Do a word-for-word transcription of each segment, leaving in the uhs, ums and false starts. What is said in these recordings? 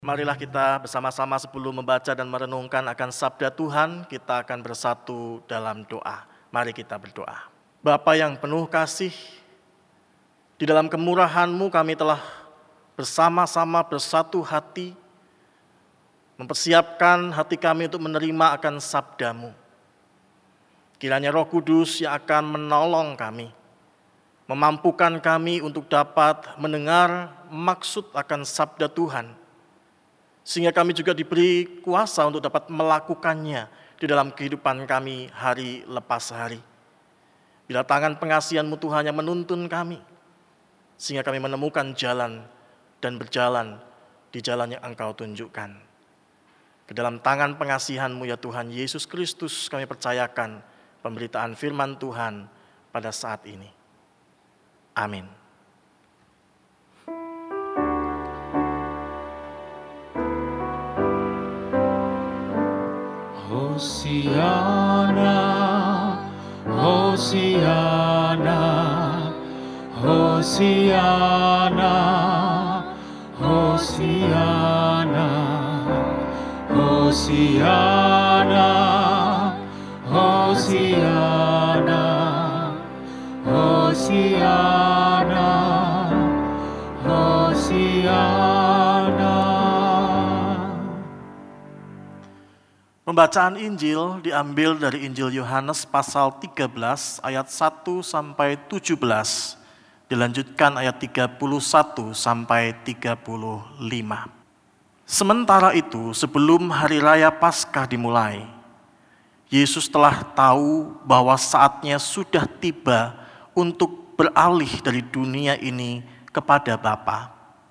Marilah kita bersama-sama sebelum membaca dan merenungkan akan sabda Tuhan, kita akan bersatu dalam doa. Mari kita berdoa. Bapa yang penuh kasih, di dalam kemurahan-Mu kami telah bersama-sama bersatu hati, mempersiapkan hati kami untuk menerima akan sabda-Mu. Kiranya Roh Kudus yang akan menolong kami, memampukan kami untuk dapat mendengar maksud akan sabda Tuhan, sehingga kami juga diberi kuasa untuk dapat melakukannya di dalam kehidupan kami hari lepas hari. Bila tangan pengasihan-Mu Tuhan yang menuntun kami, sehingga kami menemukan jalan dan berjalan di jalan yang Engkau tunjukkan. Ke dalam tangan pengasihan-Mu ya Tuhan Yesus Kristus kami percayakan pemberitaan firman Tuhan pada saat ini. Amin. Hosiana, Hosiana, Hosiana, Hosiana, Hosiana, Hosiana, Hosiana, Hosiana. Pembacaan Injil diambil dari Injil Yohanes pasal tiga belas ayat satu sampai tujuh belas, dilanjutkan ayat tiga puluh satu sampai tiga puluh lima. Sementara itu, sebelum hari raya Paskah dimulai, Yesus telah tahu bahwa saatnya sudah tiba untuk beralih dari dunia ini kepada Bapa.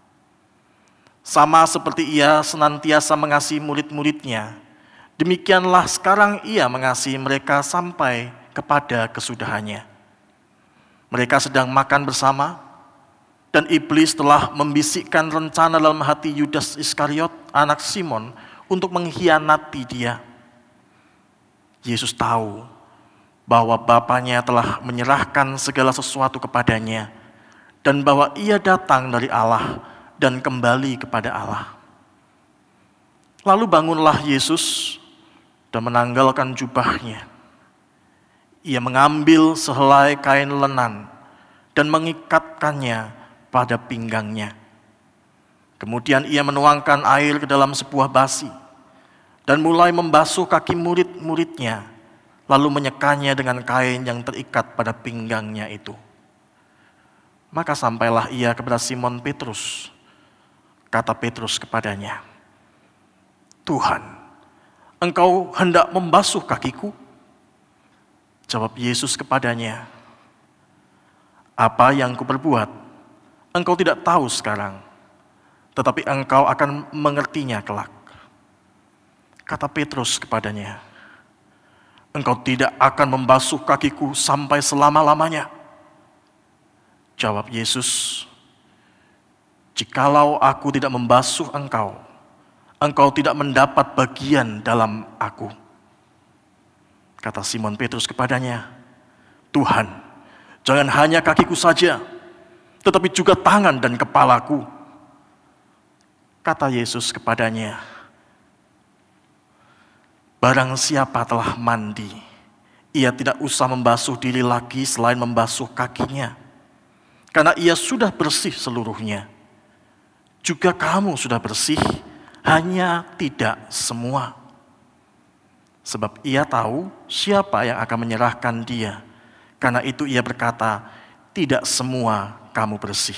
Sama seperti Ia senantiasa mengasihi murid-muridnya, demikianlah sekarang Ia mengasihi mereka sampai kepada kesudahannya. Mereka sedang makan bersama, dan iblis telah membisikkan rencana dalam hati Yudas Iskariot, anak Simon, untuk mengkhianati Dia. Yesus tahu bahwa Bapanya telah menyerahkan segala sesuatu kepadanya, dan bahwa Ia datang dari Allah dan kembali kepada Allah. Lalu bangunlah Yesus dan menanggalkan jubahnya. Ia mengambil sehelai kain lenan dan mengikatkannya pada pinggangnya. Kemudian ia menuangkan air ke dalam sebuah basi dan mulai membasuh kaki murid-muridnya, lalu menyekanya dengan kain yang terikat pada pinggangnya itu. Maka sampailah ia kepada Simon Petrus. Kata Petrus kepadanya, "Tuhan, Engkau hendak membasuh kakiku?" Jawab Yesus kepadanya, "Apa yang kuperbuat, engkau tidak tahu sekarang, tetapi engkau akan mengertinya kelak." Kata Petrus kepadanya, "Engkau tidak akan membasuh kakiku sampai selama-lamanya." Jawab Yesus, "Jikalau aku tidak membasuh engkau, engkau tidak mendapat bagian dalam aku." Kata Simon Petrus kepadanya, "Tuhan, jangan hanya kakiku saja, tetapi juga tangan dan kepalaku." Kata Yesus kepadanya, "Barang siapa telah mandi, ia tidak usah membasuh diri lagi selain membasuh kakinya, karena ia sudah bersih seluruhnya. Juga kamu sudah bersih, hanya tidak semua." Sebab ia tahu siapa yang akan menyerahkan dia. Karena itu ia berkata, "Tidak semua kamu bersih."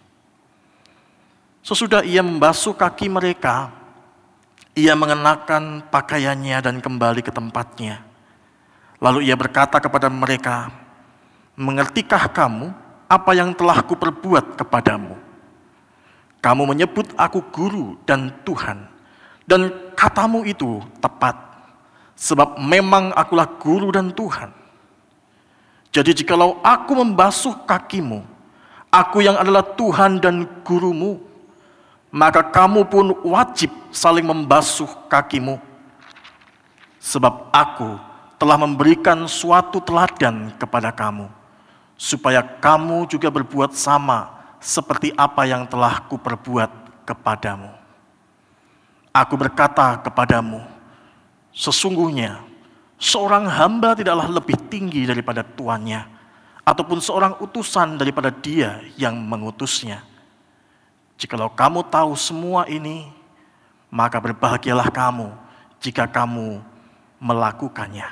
Sesudah ia membasuh kaki mereka, ia mengenakan pakaiannya dan kembali ke tempatnya. Lalu ia berkata kepada mereka, "Mengertikah kamu apa yang telah kuperbuat kepadamu? Kamu menyebut aku guru dan Tuhan, dan katamu itu tepat. Sebab memang akulah guru dan Tuhan. Jadi jikalau aku membasuh kakimu, aku yang adalah Tuhan dan gurumu, maka kamu pun wajib saling membasuh kakimu. Sebab aku telah memberikan suatu teladan kepada kamu, supaya kamu juga berbuat sama seperti apa yang telah kuperbuat kepadamu." Aku berkata kepadamu, sesungguhnya seorang hamba tidaklah lebih tinggi daripada tuannya, ataupun seorang utusan daripada dia yang mengutusnya. Jikalau kamu tahu semua ini, maka berbahagialah kamu jika kamu melakukannya.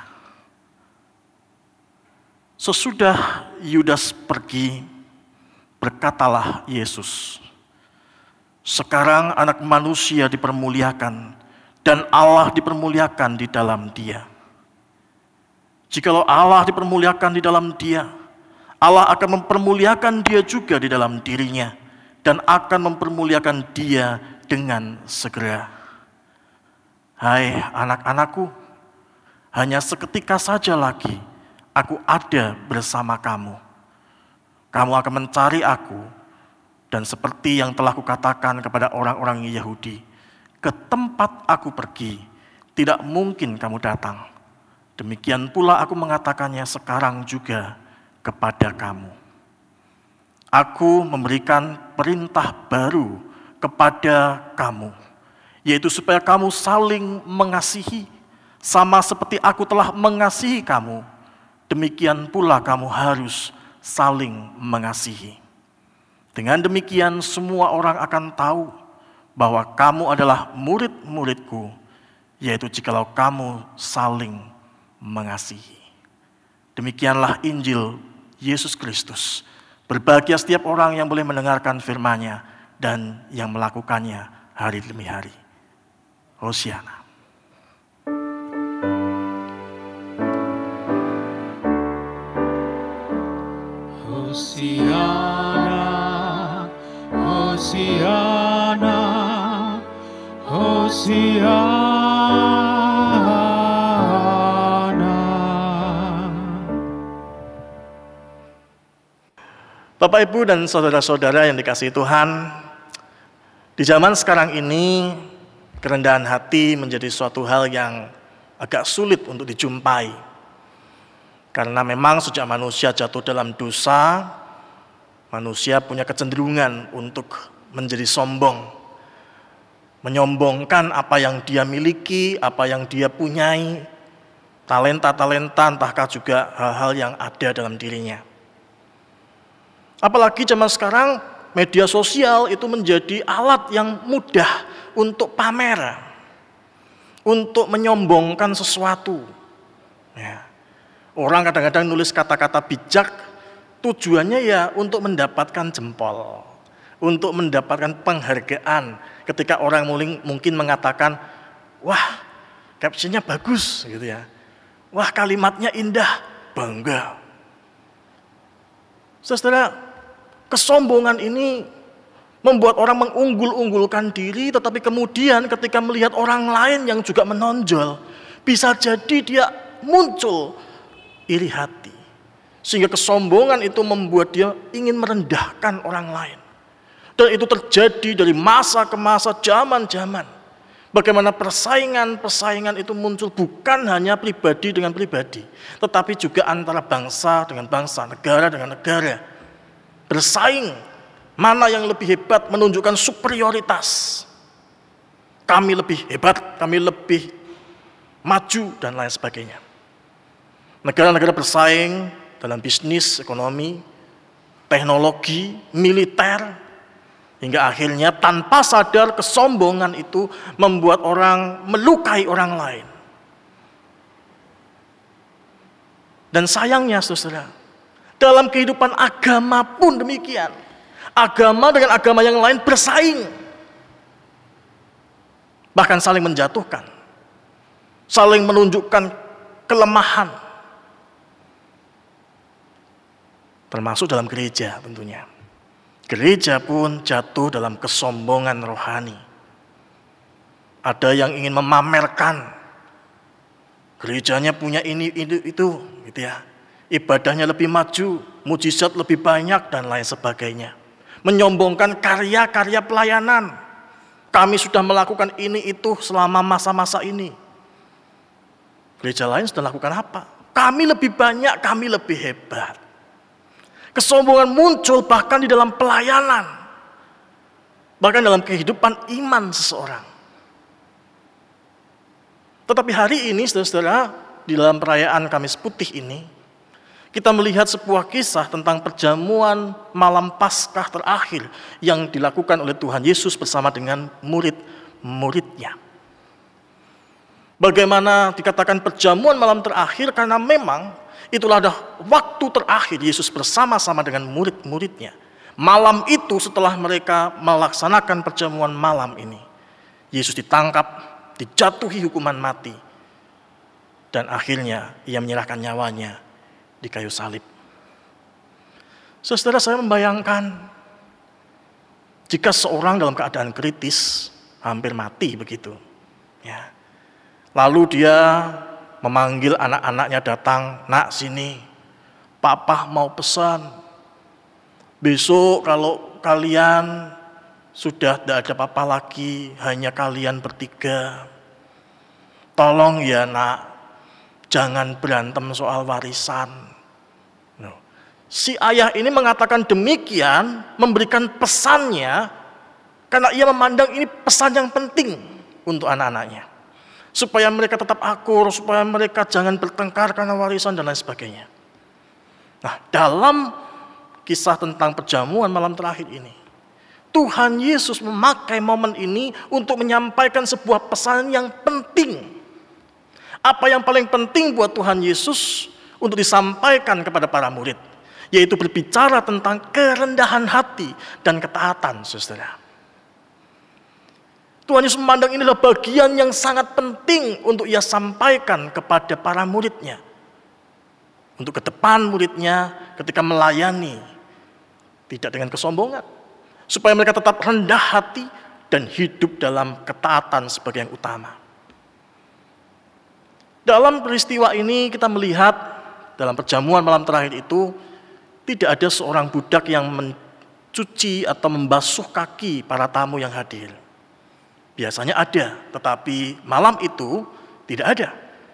Sesudah Yudas pergi, berkatalah Yesus, sekarang anak manusia dipermuliakan dan Allah dipermuliakan di dalam dia. Jikalau Allah dipermuliakan di dalam dia, Allah akan mempermuliakan dia juga di dalam dirinya dan akan mempermuliakan dia dengan segera. Hai anak-anakku, hanya seketika saja lagi aku ada bersama kamu. Kamu akan mencari aku, dan seperti yang telah kukatakan kepada orang-orang Yahudi, ke tempat aku pergi, tidak mungkin kamu datang. Demikian pula aku mengatakannya sekarang juga kepada kamu. Aku memberikan perintah baru kepada kamu, yaitu supaya kamu saling mengasihi, sama seperti aku telah mengasihi kamu, demikian pula kamu harus saling mengasihi. Dengan demikian semua orang akan tahu bahwa kamu adalah murid-muridku, yaitu jikalau kamu saling mengasihi. Demikianlah Injil Yesus Kristus. Berbahagia setiap orang yang boleh mendengarkan firman-Nya dan yang melakukannya hari demi hari. Hosiana. Hosiana, Hosiana, Hosiana. Bapak, Ibu, dan saudara-saudara yang dikasihi Tuhan, di zaman sekarang ini kerendahan hati menjadi suatu hal yang agak sulit untuk dijumpai. Karena memang sejak manusia jatuh dalam dosa, manusia punya kecenderungan untuk menjadi sombong, menyombongkan apa yang dia miliki, apa yang dia punyai, talenta-talenta, entahkah juga hal-hal yang ada dalam dirinya. Apalagi zaman sekarang media sosial itu menjadi alat yang mudah untuk pamer, untuk menyombongkan sesuatu. Ya. Orang kadang-kadang nulis kata-kata bijak, tujuannya ya untuk mendapatkan jempol, untuk mendapatkan penghargaan. Ketika orang mungkin mengatakan, wah captionnya bagus gitu ya, wah kalimatnya indah, bangga. Saudara, kesombongan ini membuat orang mengunggul-unggulkan diri, tetapi kemudian ketika melihat orang lain yang juga menonjol, bisa jadi dia muncul iri hati. Sehingga kesombongan itu membuat dia ingin merendahkan orang lain. Dan itu terjadi dari masa ke masa, zaman-zaman. Bagaimana persaingan-persaingan itu muncul bukan hanya pribadi dengan pribadi, tetapi juga antara bangsa dengan bangsa, negara dengan negara. Bersaing, mana yang lebih hebat, menunjukkan superioritas. Kami lebih hebat, kami lebih maju, dan lain sebagainya. Negara-negara bersaing dalam bisnis, ekonomi, teknologi, militer, hingga akhirnya tanpa sadar kesombongan itu membuat orang melukai orang lain. Dan sayangnya saudara, dalam kehidupan agama pun demikian. Agama dengan agama yang lain bersaing. Bahkan saling menjatuhkan. Saling menunjukkan kelemahan. Termasuk dalam gereja tentunya. Gereja pun jatuh dalam kesombongan rohani. Ada yang ingin memamerkan. Gerejanya punya ini, ini, itu, gitu ya. Ibadahnya lebih maju, mujizat lebih banyak, dan lain sebagainya. Menyombongkan karya-karya pelayanan. Kami sudah melakukan ini itu selama masa-masa ini. Gereja lain sudah lakukan apa? Kami lebih banyak, kami lebih hebat. Kesombongan muncul bahkan di dalam pelayanan. Bahkan dalam kehidupan iman seseorang. Tetapi hari ini, saudara-saudara, di dalam perayaan Kamis Putih ini, kita melihat sebuah kisah tentang perjamuan malam Paskah terakhir yang dilakukan oleh Tuhan Yesus bersama dengan murid-muridnya. Bagaimana dikatakan perjamuan malam terakhir? Karena memang itulah adalah waktu terakhir Yesus bersama-sama dengan murid-muridnya. Malam itu setelah mereka melaksanakan perjamuan malam ini, Yesus ditangkap, dijatuhi hukuman mati, dan akhirnya ia menyerahkan nyawanya di kayu salib. Saudara, saya membayangkan jika seorang dalam keadaan kritis, hampir mati begitu, ya. Lalu dia memanggil anak-anaknya datang, "Nak, sini, Papa mau pesan. Besok kalau kalian sudah tidak ada papa lagi, hanya kalian bertiga. Tolong ya nak, jangan berantem soal warisan." Si ayah ini mengatakan demikian, memberikan pesannya, karena ia memandang ini pesan yang penting untuk anak-anaknya. Supaya mereka tetap akur, supaya mereka jangan bertengkar karena warisan dan lain sebagainya. Nah, dalam kisah tentang perjamuan malam terakhir ini, Tuhan Yesus memakai momen ini untuk menyampaikan sebuah pesan yang penting. Apa yang paling penting buat Tuhan Yesus untuk disampaikan kepada para murid? Yaitu berbicara tentang kerendahan hati dan ketaatan, saudara. Tuhan Yesus memandang inilah bagian yang sangat penting untuk ia sampaikan kepada para muridnya. Untuk ke depan muridnya ketika melayani, tidak dengan kesombongan. Supaya mereka tetap rendah hati dan hidup dalam ketaatan sebagai yang utama. Dalam peristiwa ini kita melihat, dalam perjamuan malam terakhir itu, tidak ada seorang budak yang mencuci atau membasuh kaki para tamu yang hadir. Biasanya ada, tetapi malam itu tidak ada.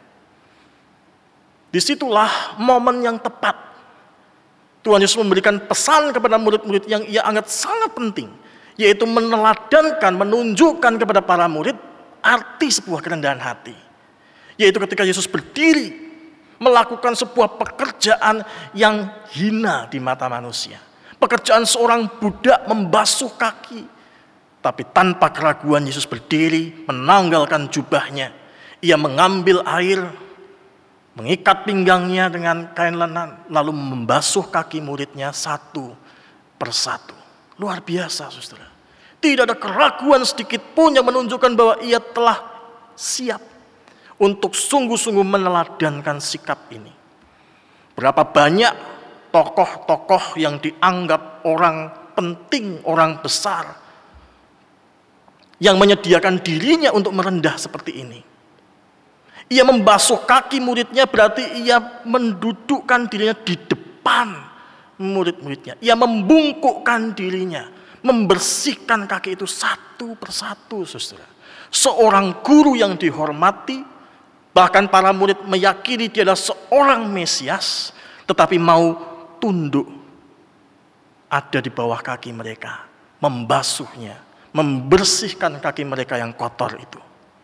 Disitulah momen yang tepat. Tuhan Yesus memberikan pesan kepada murid-murid yang ia anggap sangat penting, yaitu meneladankan, menunjukkan kepada para murid arti sebuah kerendahan hati. Yaitu ketika Yesus berdiri melakukan sebuah pekerjaan yang hina di mata manusia. Pekerjaan seorang budak membasuh kaki. Tapi tanpa keraguan Yesus berdiri, menanggalkan jubahnya. Ia mengambil air, mengikat pinggangnya dengan kain lenan, lalu membasuh kaki muridnya satu persatu. Luar biasa, saudara. Tidak ada keraguan sedikit pun yang menunjukkan bahwa ia telah siap untuk sungguh-sungguh meneladankan sikap ini. Berapa banyak tokoh-tokoh yang dianggap orang penting, orang besar, yang menyediakan dirinya untuk merendah seperti ini. Ia membasuh kaki muridnya, berarti ia mendudukkan dirinya di depan murid-muridnya. Ia membungkukkan dirinya, membersihkan kaki itu satu persatu, saudara. Seorang guru yang dihormati, bahkan para murid meyakini dia adalah seorang Mesias, tetapi mau tunduk ada di bawah kaki mereka, membasuhnya, membersihkan kaki mereka yang kotor itu.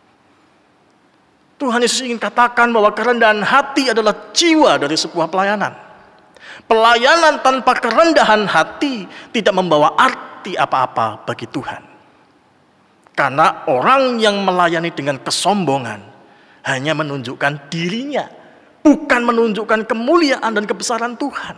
Tuhan Yesus ingin katakan bahwa kerendahan hati adalah jiwa dari sebuah pelayanan. Pelayanan tanpa kerendahan hati tidak membawa arti apa-apa bagi Tuhan. Karena orang yang melayani dengan kesombongan hanya menunjukkan dirinya, bukan menunjukkan kemuliaan dan kebesaran Tuhan.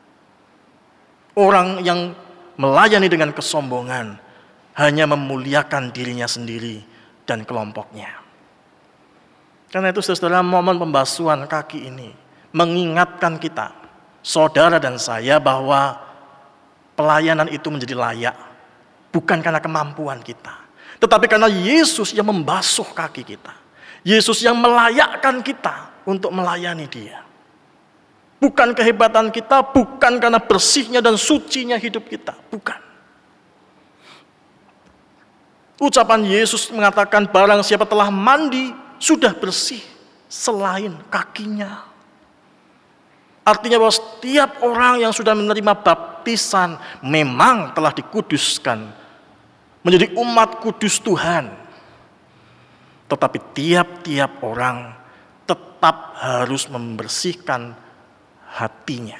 Orang yang melayani dengan kesombongan hanya memuliakan dirinya sendiri dan kelompoknya. Karena itu saudara, momen pembasuhan kaki ini mengingatkan kita, saudara dan saya, bahwa pelayanan itu menjadi layak bukan karena kemampuan kita, tetapi karena Yesus yang membasuh kaki kita. Yesus yang melayakkan kita untuk melayani Dia. Bukan kehebatan kita, bukan karena bersihnya dan sucinya hidup kita, bukan. Ucapan Yesus mengatakan barang siapa telah mandi sudah bersih selain kakinya. Artinya bahwa setiap orang yang sudah menerima baptisan memang telah dikuduskan menjadi umat kudus Tuhan. tetapi tiap-tiap orang tetap harus membersihkan hatinya.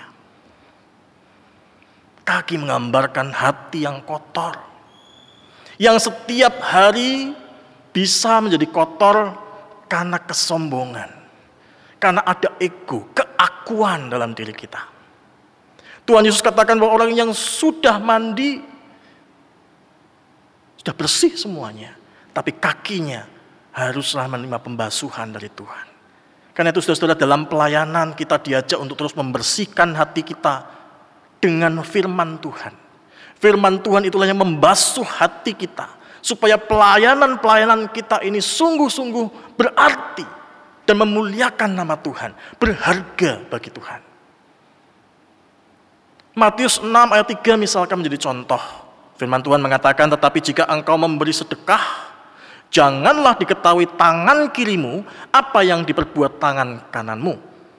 Kaki menggambarkan hati yang kotor, yang setiap hari bisa menjadi kotor karena kesombongan, karena ada ego, keakuan dalam diri kita. Tuhan Yesus katakan bahwa orang yang sudah mandi, sudah bersih semuanya, tapi kakinya haruslah menerima pembasuhan dari Tuhan. Karena itu saudara-saudara, dalam pelayanan kita diajak untuk terus membersihkan hati kita dengan firman Tuhan. Firman Tuhan itulah yang membasuh hati kita, supaya pelayanan-pelayanan kita ini sungguh-sungguh berarti dan memuliakan nama Tuhan, berharga bagi Tuhan. Matius enam ayat tiga misalkan menjadi contoh. Firman Tuhan mengatakan, tetapi jika engkau memberi sedekah, janganlah diketahui tangan kirimu apa yang diperbuat tangan kananmu.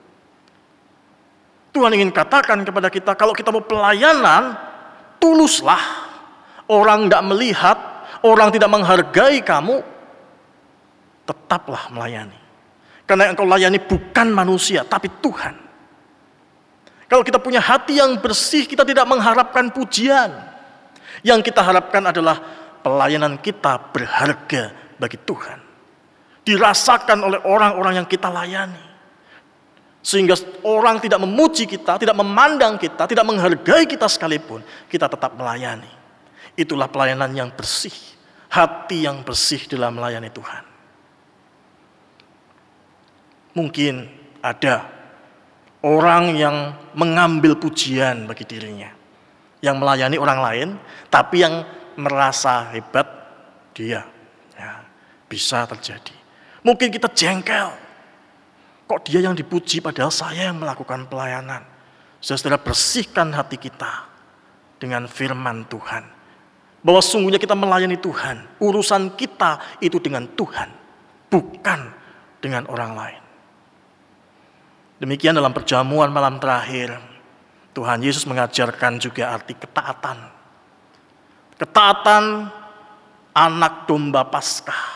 Tuhan ingin katakan kepada kita, kalau kita mau pelayanan, tuluslah. Orang tidak melihat, orang tidak menghargai kamu, tetaplah melayani. Karena yang engkau layani bukan manusia, tapi Tuhan. Kalau kita punya hati yang bersih, kita tidak mengharapkan pujian. Yang kita harapkan adalah pelayanan kita berharga bagi Tuhan, dirasakan oleh orang-orang yang kita layani, sehingga orang tidak memuji kita, tidak memandang kita, tidak menghargai kita sekalipun, kita tetap melayani. Itulah pelayanan yang bersih, hati yang bersih dalam melayani Tuhan. Mungkin ada orang yang mengambil pujian bagi dirinya, yang melayani orang lain, tapi yang merasa hebat dia. Bisa terjadi. Mungkin kita jengkel. Kok dia yang dipuji padahal saya yang melakukan pelayanan. Saudara, bersihkan hati kita dengan firman Tuhan. Bahwa sungguhnya kita melayani Tuhan. Urusan kita itu dengan Tuhan, bukan dengan orang lain. Demikian dalam perjamuan malam terakhir, Tuhan Yesus mengajarkan juga arti ketaatan. Ketaatan anak domba Paskah.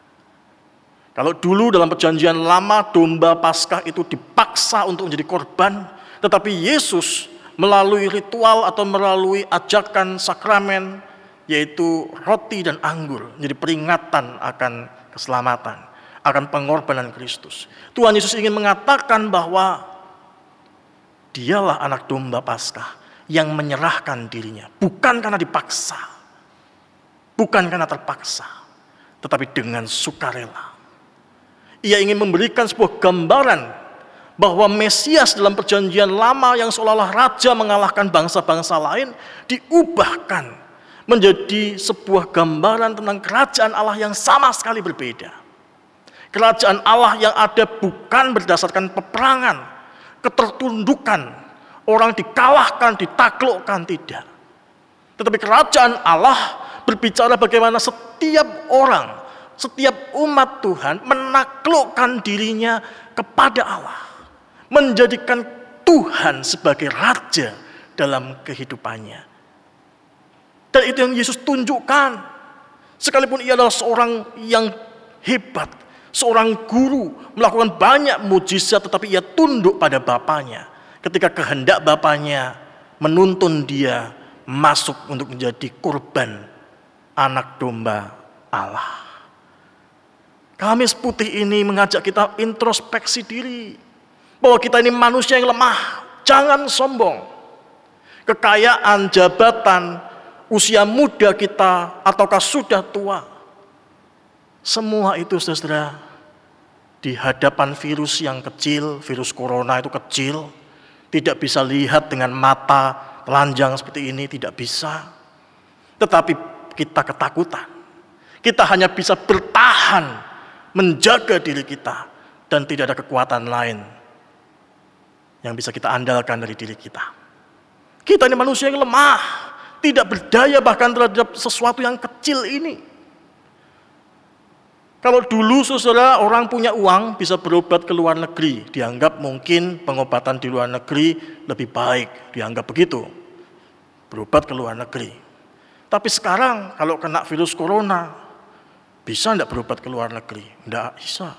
Kalau dulu dalam perjanjian lama domba Paskah itu dipaksa untuk menjadi korban, tetapi Yesus melalui ritual atau melalui ajakan sakramen, yaitu roti dan anggur, menjadi peringatan akan keselamatan, akan pengorbanan Kristus. Tuhan Yesus ingin mengatakan bahwa dialah anak domba Paskah yang menyerahkan dirinya, bukan karena dipaksa, bukan karena terpaksa, tetapi dengan sukarela. Ia ingin memberikan sebuah gambaran bahwa Mesias dalam perjanjian lama yang seolah-olah raja mengalahkan bangsa-bangsa lain, diubahkan menjadi sebuah gambaran tentang kerajaan Allah yang sama sekali berbeda. Kerajaan Allah yang ada bukan berdasarkan peperangan, ketertundukan, orang dikalahkan, ditaklukkan, tidak. Tetapi kerajaan Allah berbicara bagaimana setiap orang, setiap umat Tuhan menaklukkan dirinya kepada Allah, menjadikan Tuhan sebagai raja dalam kehidupannya. Dan itu yang Yesus tunjukkan. Sekalipun ia adalah seorang yang hebat, seorang guru, melakukan banyak mujizat, tetapi ia tunduk pada Bapanya. Ketika kehendak Bapanya menuntun dia masuk untuk menjadi korban anak domba Allah. Kamis putih ini mengajak kita introspeksi diri, bahwa kita ini manusia yang lemah, jangan sombong. Kekayaan, jabatan, usia muda kita, ataukah sudah tua, semua itu saudara, di hadapan virus yang kecil, virus corona itu kecil, tidak bisa lihat dengan mata telanjang seperti ini, tidak bisa. Tetapi kita ketakutan, kita hanya bisa bertahan, menjaga diri kita, dan tidak ada kekuatan lain yang bisa kita andalkan dari diri kita. Kita ini manusia yang lemah, tidak berdaya bahkan terhadap sesuatu yang kecil ini. Kalau dulu saudara orang punya uang bisa berobat ke luar negeri, dianggap mungkin pengobatan di luar negeri lebih baik, dianggap begitu, berobat ke luar negeri. Tapi sekarang kalau kena virus corona, Bisa enggak berobat ke luar negeri? Enggak bisa.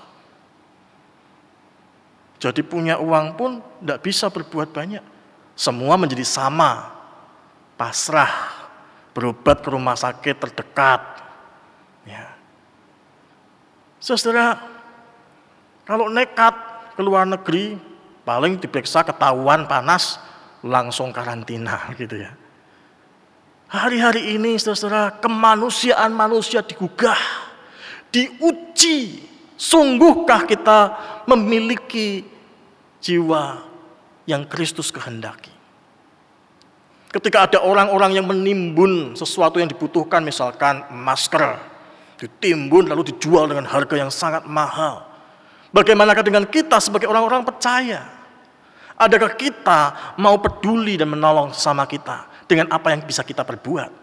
Jadi punya uang pun enggak bisa berbuat banyak. Semua menjadi sama, pasrah, berobat ke rumah sakit terdekat. Ya. Saudara, kalau nekat ke luar negeri, paling diperiksa ketahuan panas, langsung karantina gitu ya. Hari-hari ini saudara, kemanusiaan manusia digugah, diuji. Sungguhkah kita memiliki jiwa yang Kristus kehendaki? Ketika ada orang-orang yang menimbun sesuatu yang dibutuhkan, misalkan masker, ditimbun lalu dijual dengan harga yang sangat mahal. Bagaimanakah dengan kita sebagai orang-orang percaya? Adakah kita mau peduli dan menolong sesama kita dengan apa yang bisa kita perbuat?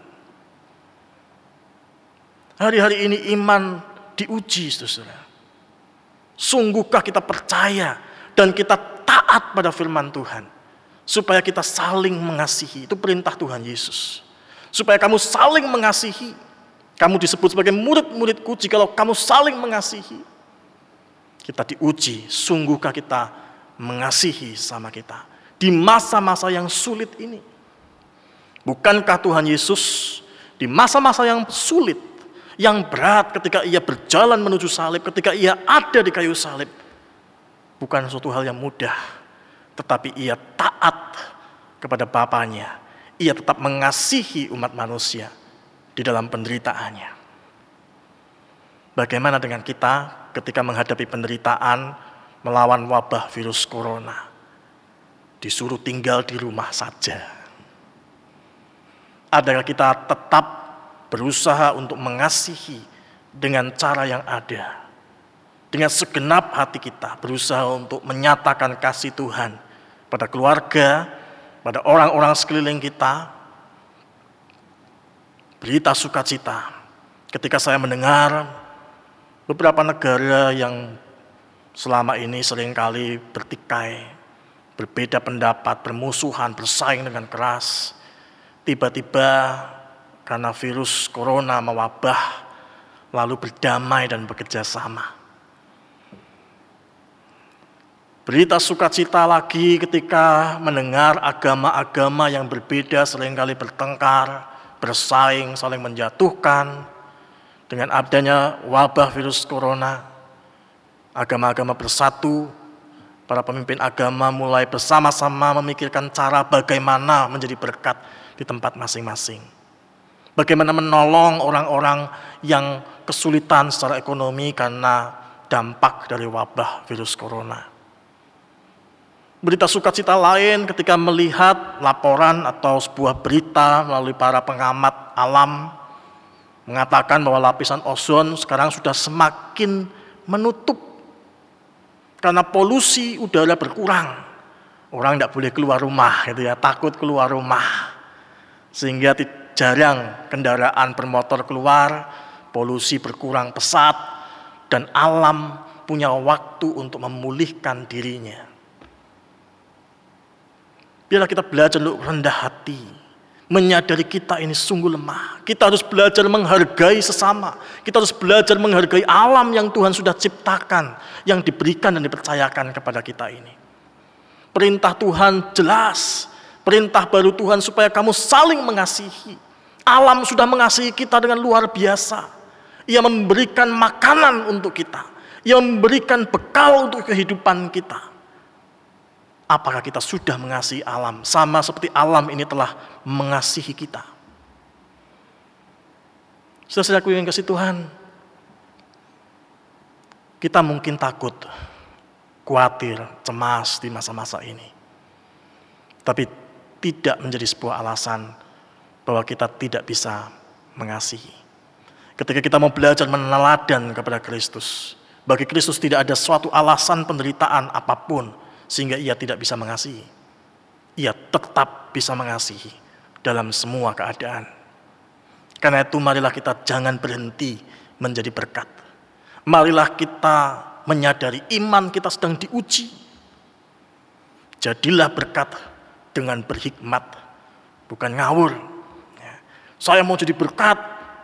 Hari-hari ini iman diuji, saudara. Sungguhkah kita percaya dan kita taat pada firman Tuhan? Supaya kita saling mengasihi. Itu perintah Tuhan Yesus. Supaya kamu saling mengasihi. Kamu disebut sebagai murid-muridku jikalau kamu saling mengasihi. Kita diuji, sungguhkah kita mengasihi sama kita di masa-masa yang sulit ini? Bukankah Tuhan Yesus di masa-masa yang sulit, yang berat ketika ia berjalan menuju salib, ketika ia ada di kayu salib, bukan suatu hal yang mudah, tetapi ia taat kepada Bapanya. Ia tetap mengasihi umat manusia di dalam penderitaannya. Bagaimana dengan kita ketika menghadapi penderitaan melawan wabah virus corona? Disuruh tinggal di rumah saja. Adakah kita tetap berusaha untuk mengasihi dengan cara yang ada? Dengan segenap hati kita berusaha untuk menyatakan kasih Tuhan pada keluarga, pada orang-orang sekeliling kita. Berita sukacita ketika saya mendengar beberapa negara yang selama ini seringkali bertikai, berbeda pendapat, bermusuhan, bersaing dengan keras. Tiba-tiba karena virus corona mewabah, lalu berdamai dan bekerja sama. Berita sukacita lagi ketika mendengar agama-agama yang berbeda seringkali bertengkar, bersaing, saling menjatuhkan. Dengan adanya wabah virus corona, agama-agama bersatu, para pemimpin agama mulai bersama-sama memikirkan cara bagaimana menjadi berkat di tempat masing-masing. Bagaimana menolong orang-orang yang kesulitan secara ekonomi karena dampak dari wabah virus corona. Berita sukacita lain ketika melihat laporan atau sebuah berita melalui para pengamat alam mengatakan bahwa lapisan ozon sekarang sudah semakin menutup karena polusi udara berkurang. Orang tidak boleh keluar rumah, gitu ya, takut keluar rumah. Sehingga jarang kendaraan bermotor keluar, polusi berkurang pesat, dan alam punya waktu untuk memulihkan dirinya. Biarlah kita belajar untuk rendah hati, menyadari kita ini sungguh lemah. Kita harus belajar menghargai sesama. Kita harus belajar menghargai alam yang Tuhan sudah ciptakan, yang diberikan dan dipercayakan kepada kita ini. Perintah Tuhan jelas, perintah baru Tuhan supaya kamu saling mengasihi. Alam sudah mengasihi kita dengan luar biasa. Ia memberikan makanan untuk kita. Ia memberikan bekal untuk kehidupan kita. Apakah kita sudah mengasihi alam sama seperti alam ini telah mengasihi kita? Saudara-saudaraku yang kasih Tuhan, kita mungkin takut, khawatir, cemas di masa-masa ini. Tapi tidak menjadi sebuah alasan bahwa kita tidak bisa mengasihi. Ketika kita mau belajar meneladan kepada Kristus, bagi Kristus tidak ada suatu alasan penderitaan apapun sehingga ia tidak bisa mengasihi. Ia tetap bisa mengasihi dalam semua keadaan. Karena itu marilah kita jangan berhenti menjadi berkat. Marilah kita menyadari iman kita sedang diuji. Jadilah berkat dengan berhikmat, bukan ngawur. Saya mau jadi berkat,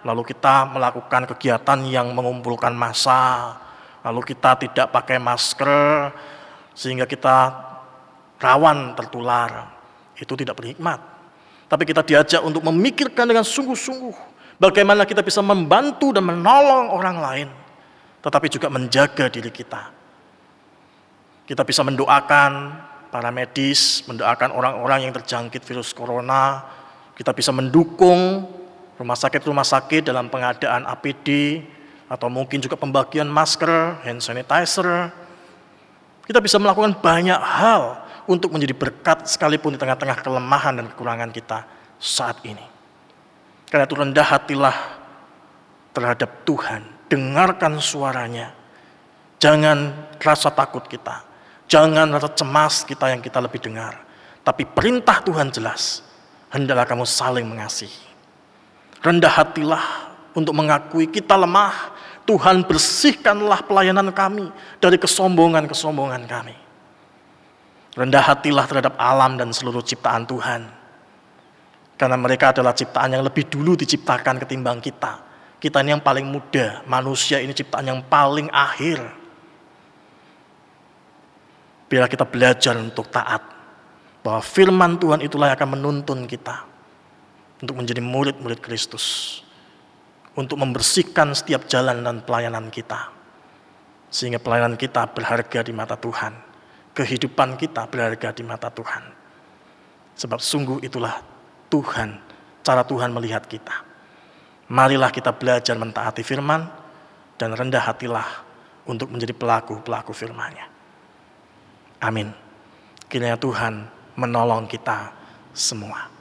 lalu kita melakukan kegiatan yang mengumpulkan massa, lalu kita tidak pakai masker, sehingga kita rawan tertular. Itu tidak berhikmat. Tapi kita diajak untuk memikirkan dengan sungguh-sungguh bagaimana kita bisa membantu dan menolong orang lain, tetapi juga menjaga diri kita. Kita bisa mendoakan para medis, mendoakan orang-orang yang terjangkit virus corona. Kita bisa mendukung rumah sakit-rumah sakit dalam pengadaan A P D, atau mungkin juga pembagian masker, hand sanitizer. Kita bisa melakukan banyak hal untuk menjadi berkat sekalipun di tengah-tengah kelemahan dan kekurangan kita saat ini. Karena itu rendah hatilah terhadap Tuhan, dengarkan suaranya. Jangan rasa takut kita, jangan rasa cemas kita yang kita lebih dengar. Tapi perintah Tuhan jelas, hendaklah kamu saling mengasihi. Rendah hatilah untuk mengakui kita lemah. Tuhan, bersihkanlah pelayanan kami dari kesombongan-kesombongan kami. Rendah hatilah terhadap alam dan seluruh ciptaan Tuhan. Karena mereka adalah ciptaan yang lebih dulu diciptakan ketimbang kita. Kita ini yang paling muda, manusia ini ciptaan yang paling akhir. Biarlah kita belajar untuk taat, bahwa firman Tuhan itulah yang akan menuntun kita untuk menjadi murid-murid Kristus, untuk membersihkan setiap jalan dan pelayanan kita, sehingga pelayanan kita berharga di mata Tuhan, kehidupan kita berharga di mata Tuhan. Sebab sungguh itulah Tuhan, cara Tuhan melihat kita. Marilah kita belajar mentaati firman dan rendah hatilah untuk menjadi pelaku-pelaku firman-Nya. Amin. Kiranya Tuhan menolong kita semua.